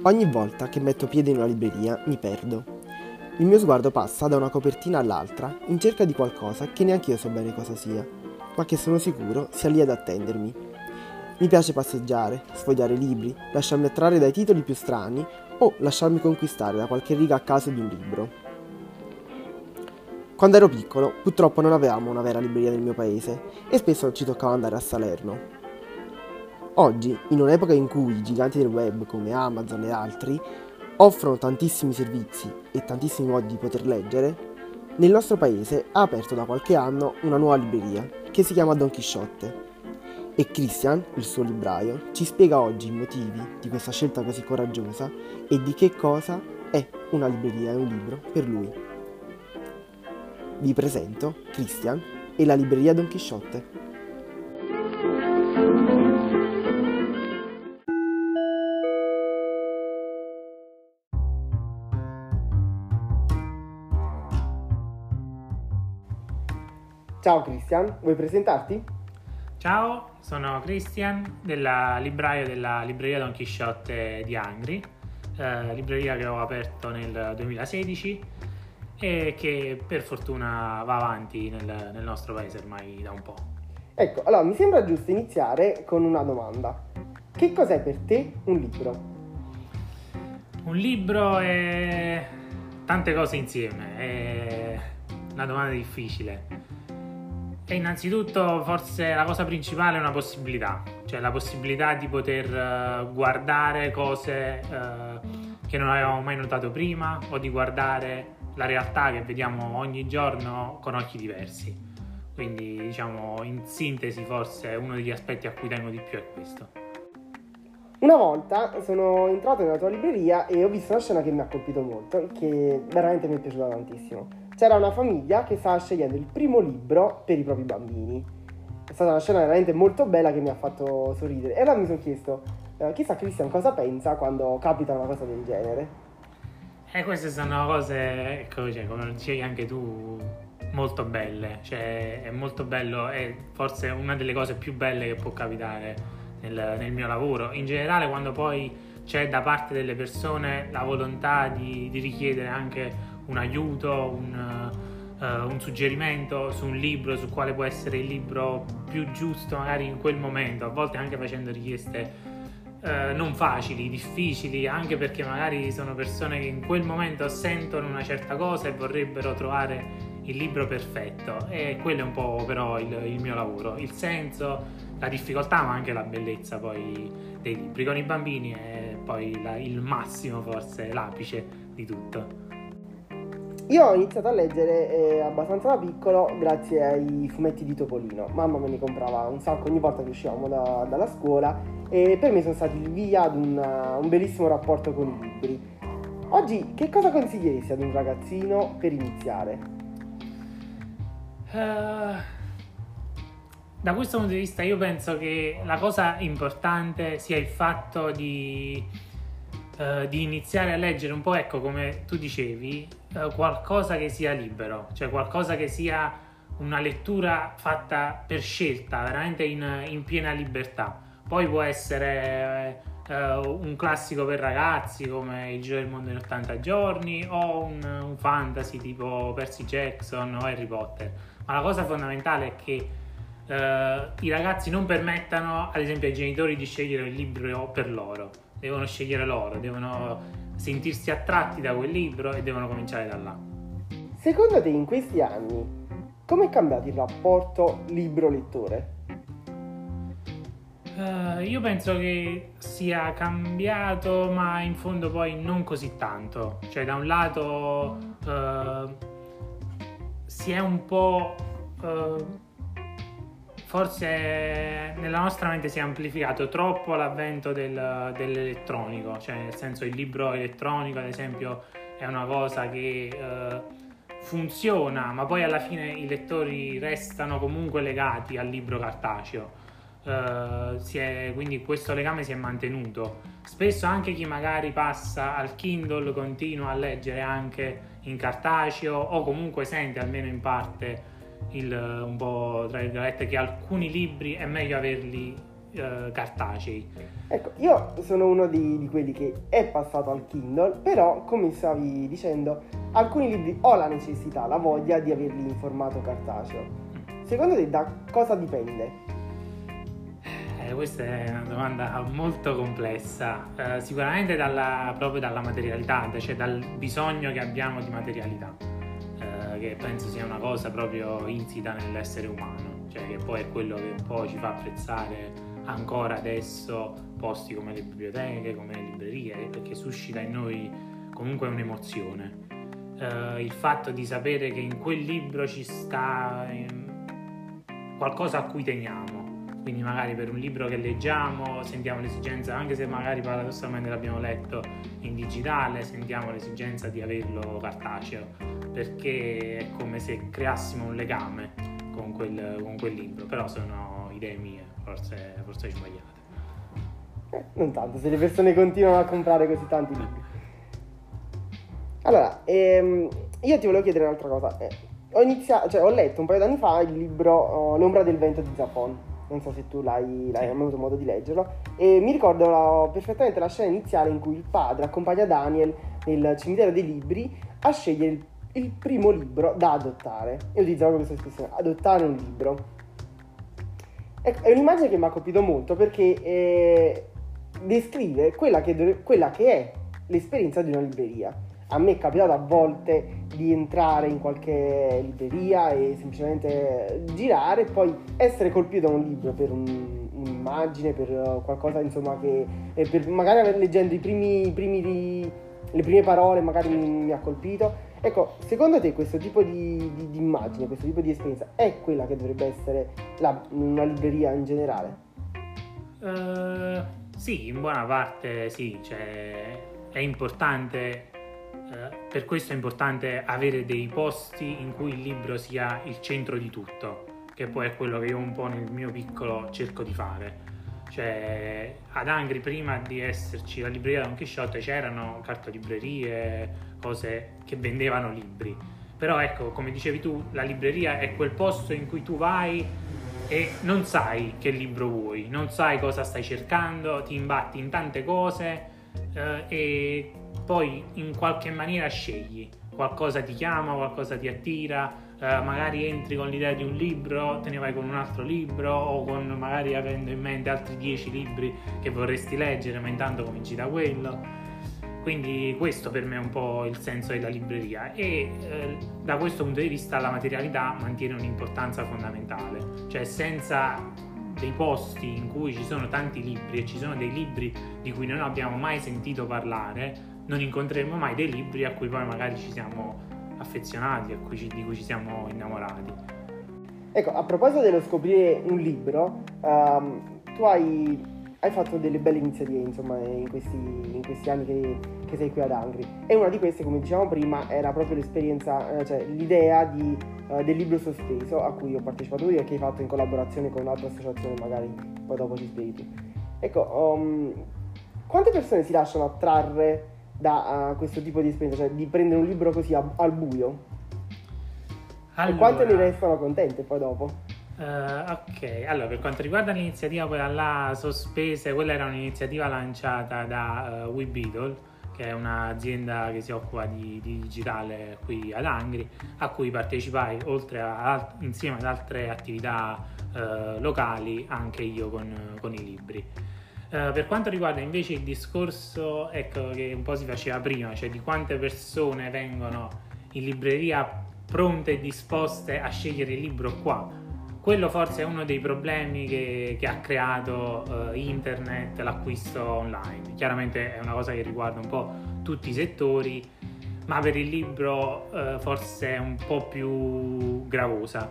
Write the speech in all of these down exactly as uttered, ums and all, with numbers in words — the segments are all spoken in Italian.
Ogni volta che metto piede in una libreria mi perdo. Il mio sguardo passa da una copertina all'altra in cerca di qualcosa che neanch'io so bene cosa sia, ma che sono sicuro sia lì ad attendermi. Mi piace passeggiare, sfogliare libri, lasciarmi attrarre dai titoli più strani o lasciarmi conquistare da qualche riga a caso di un libro. Quando ero piccolo, purtroppo non avevamo una vera libreria nel mio paese e spesso ci toccava andare a Salerno. Oggi, in un'epoca in cui i giganti del web come Amazon e altri offrono tantissimi servizi e tantissimi modi di poter leggere, nel nostro paese ha aperto da qualche anno una nuova libreria che si chiama Don Chisciotte. E Christian, il suo libraio, ci spiega oggi i motivi di questa scelta così coraggiosa e di che cosa è una libreria e un libro per lui. Vi presento Christian e la libreria Don Chisciotte. Ciao Christian, vuoi presentarti? Ciao, sono Christian, della libraio della libreria Don Chisciotte di Angri, eh, libreria che ho aperto nel duemilasedici e che per fortuna va avanti nel, nel nostro paese ormai da un po'. Ecco, allora mi sembra giusto iniziare con una domanda. Che cos'è per te un libro? Un libro è tante cose insieme, è una domanda difficile. E innanzitutto forse la cosa principale è una possibilità, cioè la possibilità di poter uh, guardare cose uh, che non avevamo mai notato prima o di guardare la realtà che vediamo ogni giorno con occhi diversi. Quindi diciamo in sintesi forse uno degli aspetti a cui tengo di più è questo. Una volta sono entrato nella tua libreria e ho visto una scena che mi ha colpito molto e che veramente mi è piaciuta tantissimo. C'era una famiglia che stava scegliendo il primo libro per i propri bambini. È stata una scena veramente molto bella che mi ha fatto sorridere. E allora mi sono chiesto, eh, chissà Christian cosa pensa quando capita una cosa del genere. E queste sono cose, ecco, cioè, come dicevi anche tu, molto belle. Cioè, è molto bello, è forse una delle cose più belle che può capitare nel, nel mio lavoro. In generale, quando poi c'è da parte delle persone la volontà di, di richiedere anche un aiuto, un, uh, un suggerimento su un libro, su quale può essere il libro più giusto magari in quel momento, a volte anche facendo richieste uh, non facili, difficili, anche perché magari sono persone che in quel momento sentono una certa cosa e vorrebbero trovare il libro perfetto, e quello è un po' però il, il mio lavoro, il senso, la difficoltà ma anche la bellezza poi dei libri. Con i bambini è poi la, il massimo, forse l'apice di tutto. Io ho iniziato a leggere eh, abbastanza da piccolo grazie ai fumetti di Topolino. Mamma me ne comprava un sacco ogni volta che uscivamo da, dalla scuola e per me sono stati il via ad una, un bellissimo rapporto con i libri. Oggi che cosa consiglieresti ad un ragazzino per iniziare? Uh, da questo punto di vista io penso che la cosa importante sia il fatto di Uh, di iniziare a leggere un po', ecco, come tu dicevi, uh, qualcosa che sia libero, cioè qualcosa che sia una lettura fatta per scelta, veramente in, in piena libertà. Poi può essere uh, un classico per ragazzi come Il giro del mondo in ottanta giorni o un, un fantasy tipo Percy Jackson o Harry Potter, ma la cosa fondamentale è che uh, i ragazzi non permettano ad esempio ai genitori di scegliere il libro per loro. Devono scegliere loro, devono sentirsi attratti da quel libro e devono cominciare da là. Secondo te in questi anni come è cambiato il rapporto libro-lettore? Uh, io penso che sia cambiato, ma in fondo poi non così tanto. Cioè da un lato uh, si è un po'... Uh, Forse nella nostra mente si è amplificato troppo l'avvento del, dell'elettronico, cioè nel senso il libro elettronico ad esempio è una cosa che eh, funziona, ma poi alla fine i lettori restano comunque legati al libro cartaceo, eh, si è, quindi questo legame si è mantenuto. Spesso anche chi magari passa al Kindle continua a leggere anche in cartaceo o comunque sente almeno in parte il, un po' tra virgolette che alcuni libri è meglio averli eh, cartacei. Ecco, io sono uno di, di quelli che è passato al Kindle, però come stavi dicendo, alcuni libri ho la necessità, la voglia di averli in formato cartaceo. Secondo te da cosa dipende? Eh, questa è una domanda molto complessa, eh, sicuramente dalla, proprio dalla materialità, cioè dal bisogno che abbiamo di materialità, eh, che penso sia una cosa proprio insita nell'essere umano, cioè che poi è quello che un po' ci fa apprezzare ancora adesso posti come le biblioteche, come le librerie, perché suscita in noi comunque un'emozione. Uh, il fatto di sapere che in quel libro ci sta um, qualcosa a cui teniamo, quindi magari per un libro che leggiamo sentiamo l'esigenza, anche se magari paradossalmente l'abbiamo letto in digitale, sentiamo l'esigenza di averlo cartaceo, perché è come se creassimo un legame con quel, con quel libro. Però sono idee mie, forse, forse sbagliate. Eh, non tanto, se le persone continuano a comprare così tanti libri. Allora, ehm, io ti volevo chiedere un'altra cosa. Eh, ho iniziato, cioè ho letto un paio d'anni fa il libro oh, L'ombra del vento di Zafon. Non so se tu l'hai, l'hai avuto modo di leggerlo. E mi ricordo la, perfettamente la scena iniziale in cui il padre accompagna Daniel nel cimitero dei libri a scegliere il, il primo libro da adottare. Io utilizzavo questa espressione, adottare un libro. Ecco, è un'immagine che mi ha colpito molto perché eh, descrive quella che, quella che è l'esperienza di una libreria. A me è capitato a volte di entrare in qualche libreria e semplicemente girare e poi essere colpito da un libro per un, un'immagine, per qualcosa insomma che per magari leggendo i primi, i primi le prime parole magari mi, mi ha colpito. Ecco, secondo te questo tipo di, di, di immagine, questo tipo di esperienza è quella che dovrebbe essere la, una libreria in generale? Uh, sì, in buona parte sì, cioè è importante. Uh, per questo è importante avere dei posti in cui il libro sia il centro di tutto, che poi è quello che io un po' nel mio piccolo cerco di fare. Cioè ad Angri, prima di esserci la libreria Don Chisciotte, c'erano cartolibrerie, cose che vendevano libri, però ecco, come dicevi tu, la libreria è quel posto in cui tu vai e non sai che libro vuoi, non sai cosa stai cercando, ti imbatti in tante cose eh, e poi in qualche maniera scegli, qualcosa ti chiama, qualcosa ti attira, eh, magari entri con l'idea di un libro, te ne vai con un altro libro o con magari avendo in mente altri dieci libri che vorresti leggere, ma intanto cominci da quello. Quindi questo per me è un po' il senso della libreria e eh, da questo punto di vista la materialità mantiene un'importanza fondamentale, cioè senza dei posti in cui ci sono tanti libri e ci sono dei libri di cui non abbiamo mai sentito parlare, non incontreremo mai dei libri a cui poi magari ci siamo affezionati, a cui ci, di cui ci siamo innamorati. Ecco, a proposito dello scoprire un libro, um, tu hai, hai fatto delle belle iniziative, insomma, in questi, in questi anni che, che sei qui ad Angri. E una di queste, come dicevamo prima, era proprio l'esperienza, eh, cioè l'idea di, uh, del libro sospeso a cui ho partecipato io e che hai fatto in collaborazione con un'altra associazione, magari poi dopo ci spieghi tu. Ecco, um, quante persone si lasciano attrarre da uh, questo tipo di esperienza, cioè di prendere un libro così a, al buio? Allora, e quante ne restano contente poi dopo? Uh, ok, allora per quanto riguarda l'iniziativa quella là sospese, quella era un'iniziativa lanciata da uh, WeBeetle, che è un'azienda che si occupa di, di digitale qui ad Angri, a cui partecipai oltre a, insieme ad altre attività uh, locali, anche io con, con i libri. Uh, per quanto riguarda invece il discorso, ecco, che un po' si faceva prima, cioè di quante persone vengono in libreria pronte e disposte a scegliere il libro qua, quello forse è uno dei problemi che, che ha creato uh, internet, l'acquisto online. Chiaramente è una cosa che riguarda un po' tutti i settori, ma per il libro uh, forse è un po' più gravosa,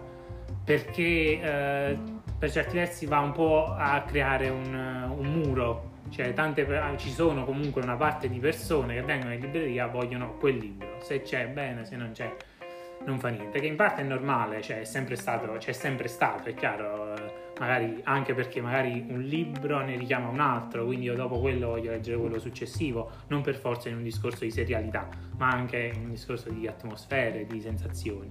perché uh, per certi versi va un po' a creare un, un muro, cioè tante, ci sono comunque una parte di persone che vengono in libreria, vogliono quel libro, se c'è bene, se non c'è non fa niente, che in parte è normale, cioè è sempre stato, c'è sempre stato, è chiaro, magari anche perché magari un libro ne richiama un altro, quindi io dopo quello voglio leggere quello successivo, non per forza in un discorso di serialità, ma anche in un discorso di atmosfere, di sensazioni.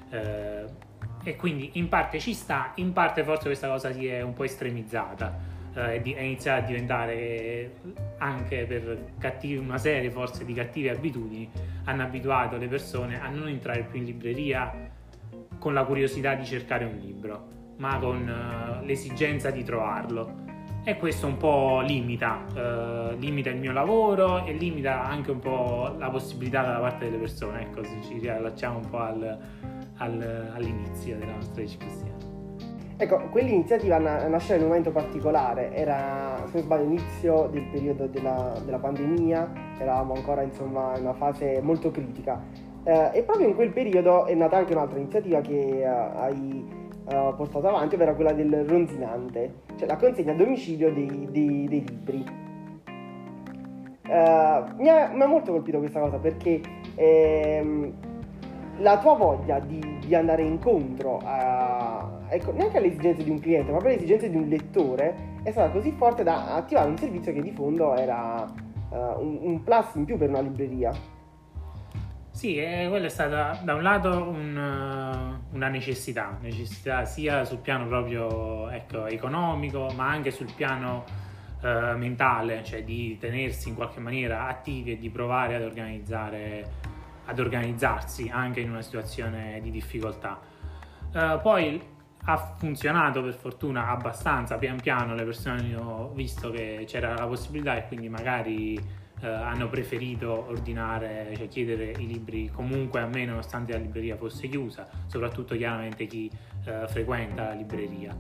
Eh, e quindi in parte ci sta, in parte forse questa cosa si è un po' estremizzata. eh, è iniziata a diventare, anche per cattivi, una serie forse di cattive abitudini, hanno abituato le persone a non entrare più in libreria con la curiosità di cercare un libro, ma con uh, l'esigenza di trovarlo. E questo un po' limita, uh, limita il mio lavoro e limita anche un po' la possibilità da parte delle persone. Ecco, se ci riallacciamo un po' al, al, all'inizio della nostra discussione. Ecco, quell'iniziativa nasceva in un momento particolare, era, se non sbaglio, l'inizio del periodo della, della pandemia, eravamo ancora insomma in una fase molto critica, eh, e proprio in quel periodo è nata anche un'altra iniziativa che uh, hai uh, portato avanti, ovvero quella del ronzinante, cioè la consegna a domicilio dei, dei, dei libri. Uh, mi, ha, mi ha molto colpito questa cosa perché ehm, la tua voglia di, di andare incontro a, ecco, neanche alle esigenze di un cliente, ma proprio alle esigenze di un lettore è stata così forte da attivare un servizio che di fondo era uh, un, un plus in più per una libreria. Sì, e quella è stata da un lato un, una necessità, necessità sia sul piano proprio ecco, economico, ma anche sul piano uh, mentale, cioè di tenersi in qualche maniera attivi e di provare ad organizzare ad organizzarsi anche in una situazione di difficoltà. Uh, poi ha funzionato per fortuna abbastanza, pian piano le persone hanno visto che c'era la possibilità e quindi magari uh, hanno preferito ordinare, cioè chiedere i libri comunque a me nonostante la libreria fosse chiusa, soprattutto chiaramente chi uh, frequenta la libreria.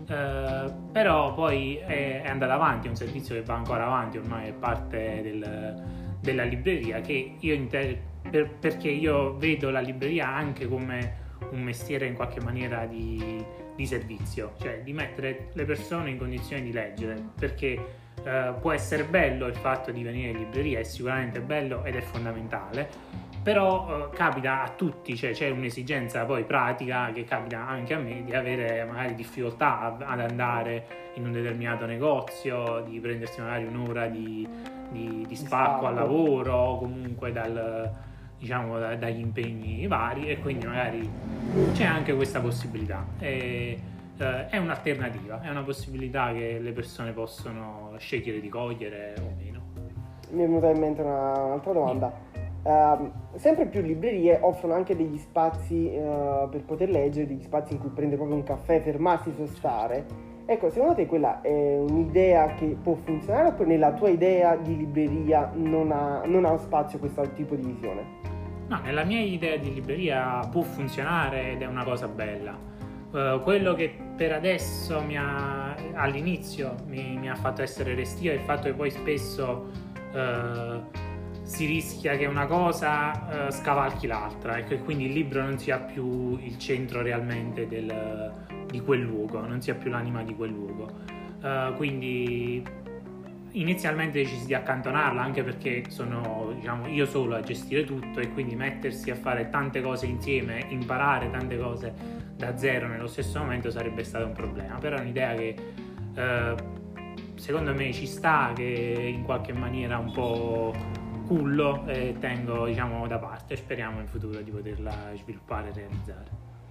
Uh, però poi è, è andato avanti, è un servizio che va ancora avanti, ormai è parte del, della libreria che io inter- Per, perché io vedo la libreria anche come un mestiere in qualche maniera di, di servizio, cioè di mettere le persone in condizione di leggere, perché eh, può essere bello il fatto di venire in libreria, è sicuramente bello ed è fondamentale, però eh, capita a tutti, cioè c'è un'esigenza poi pratica che capita anche a me di avere magari difficoltà ad andare in un determinato negozio, di prendersi magari un'ora di, di, di spacco al lavoro o comunque dal diciamo da, dagli impegni vari, e quindi magari c'è anche questa possibilità e, eh, è un'alternativa, è una possibilità che le persone possono scegliere di cogliere o meno. Mi è venuta in mente una, un'altra domanda. Uh, sempre più librerie offrono anche degli spazi uh, per poter leggere, degli spazi in cui prendere proprio un caffè, fermarsi, sostare. Ecco, secondo te quella è un'idea che può funzionare oppure nella tua idea di libreria non ha, non ha spazio questo tipo di visione? No, nella mia idea di libreria può funzionare ed è una cosa bella. Uh, quello che per adesso mi ha, all'inizio mi, mi ha fatto essere restio è il fatto che poi spesso uh, si rischia che una cosa uh, scavalchi l'altra e che quindi il libro non sia più il centro realmente del, di quel luogo, non sia più l'anima di quel luogo. Uh, quindi inizialmente decisi di accantonarla anche perché sono diciamo io solo a gestire tutto e quindi mettersi a fare tante cose insieme, imparare tante cose da zero nello stesso momento sarebbe stato un problema, però è un'idea che eh, secondo me ci sta, che in qualche maniera un po' cullo e tengo diciamo da parte, speriamo in futuro di poterla sviluppare e realizzare.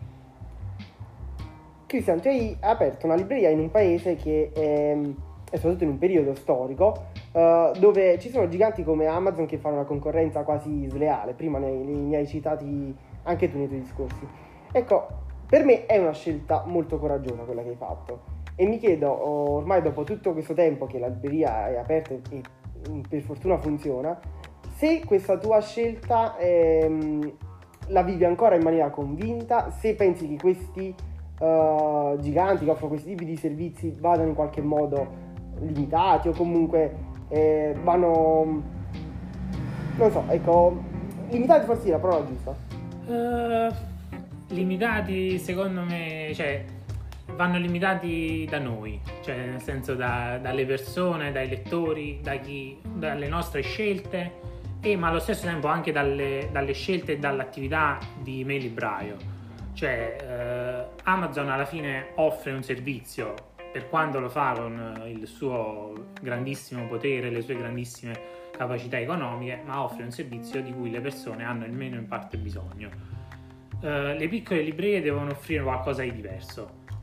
Cristian, tu hai aperto una libreria in un paese che è e soprattutto in un periodo storico uh, dove ci sono giganti come Amazon che fanno una concorrenza quasi sleale. Prima ne, ne hai citati anche tu nei tuoi discorsi. Ecco, per me è una scelta molto coraggiosa quella che hai fatto e mi chiedo, ormai dopo tutto questo tempo che la libreria è aperta e per fortuna funziona, se questa tua scelta ehm, la vivi ancora in maniera convinta, se pensi che questi uh, giganti che offrono questi tipi di servizi vadano in qualche modo limitati o comunque eh, vanno, non so, ecco, limitati forse è la parola giusta. Uh, limitati secondo me, cioè vanno limitati da noi, cioè nel senso da, dalle persone, dai lettori, da chi, dalle nostre scelte e ma allo stesso tempo anche dalle, dalle scelte e dall'attività di me libraio. Cioè uh, Amazon alla fine offre un servizio, per quanto lo fa con il suo grandissimo potere, le sue grandissime capacità economiche, ma offre un servizio di cui le persone hanno almeno in parte bisogno. Uh, le piccole librerie devono offrire qualcosa di diverso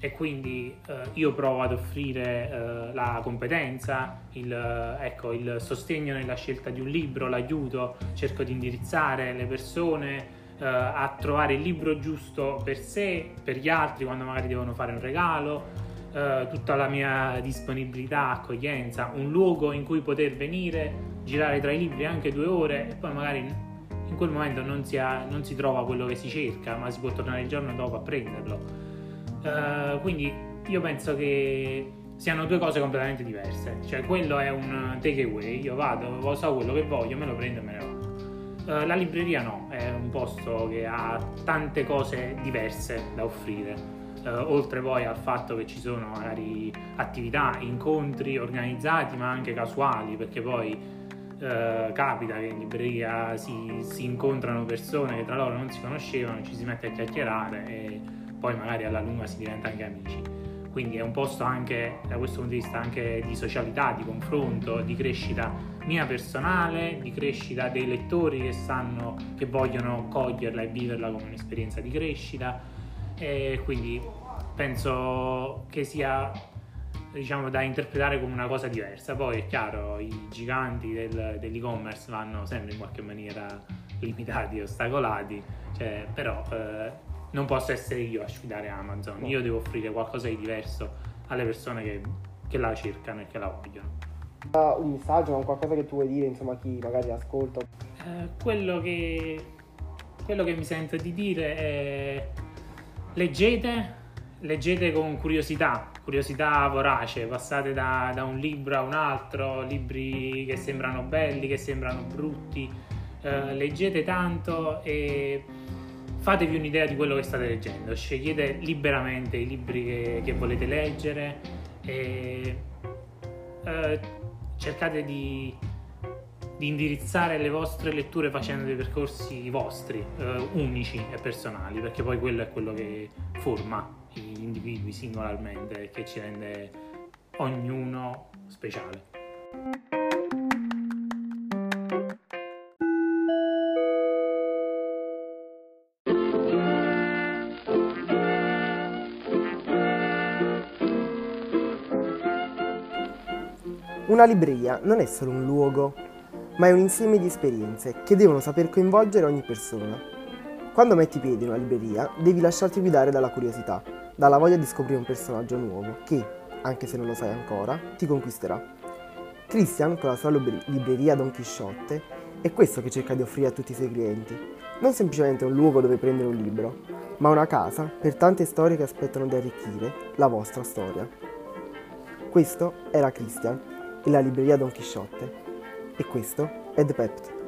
e quindi eh, io provo ad offrire eh, la competenza, il, eh, ecco, il sostegno nella scelta di un libro, l'aiuto, cerco di indirizzare le persone eh, a trovare il libro giusto per sé, per gli altri quando magari devono fare un regalo, eh, tutta la mia disponibilità, accoglienza, un luogo in cui poter venire, girare tra i libri anche due ore e poi magari in quel momento non si, ha, non si trova quello che si cerca, ma si può tornare il giorno dopo a prenderlo. Uh, quindi io penso che siano due cose completamente diverse, cioè quello è un take away, io vado, so quello che voglio, me lo prendo e me ne vado. Uh, la libreria no, è un posto che ha tante cose diverse da offrire, uh, oltre poi al fatto che ci sono magari attività, incontri organizzati ma anche casuali, perché poi uh, capita che in libreria si, si incontrano persone che tra loro non si conoscevano, ci si mette a chiacchierare e poi magari alla lunga si diventa anche amici. Quindi è un posto anche, da questo punto di vista, anche di socialità, di confronto, di crescita mia personale, di crescita dei lettori che sanno, che vogliono coglierla e viverla come un'esperienza di crescita, e quindi penso che sia, diciamo, da interpretare come una cosa diversa. Poi è chiaro, i giganti del, dell'e-commerce vanno sempre in qualche maniera limitati, ostacolati, cioè, però eh, non posso essere io a sfidare Amazon, io devo offrire qualcosa di diverso alle persone che, che la cercano e che la vogliono. Un messaggio, un qualcosa che tu vuoi dire, insomma, a chi magari ascolta? Eh, quello che quello che mi sento di dire è: leggete, leggete con curiosità, curiosità vorace, passate da, da un libro a un altro, libri che sembrano belli, che sembrano brutti, eh, leggete tanto e fatevi un'idea di quello che state leggendo, scegliete liberamente i libri che, che volete leggere e eh, cercate di, di indirizzare le vostre letture facendo dei percorsi vostri, eh, unici e personali, perché poi quello è quello che forma gli individui singolarmente e che ci rende ognuno speciale. Una libreria non è solo un luogo, ma è un insieme di esperienze che devono saper coinvolgere ogni persona. Quando metti piede in una libreria, devi lasciarti guidare dalla curiosità, dalla voglia di scoprire un personaggio nuovo che, anche se non lo sai ancora, ti conquisterà. Christian, con la sua libreria Don Chisciotte, è questo che cerca di offrire a tutti i suoi clienti. Non semplicemente un luogo dove prendere un libro, ma una casa per tante storie che aspettano di arricchire la vostra storia. Questo era Christian e la libreria Don Chisciotte, e questo è The Pept.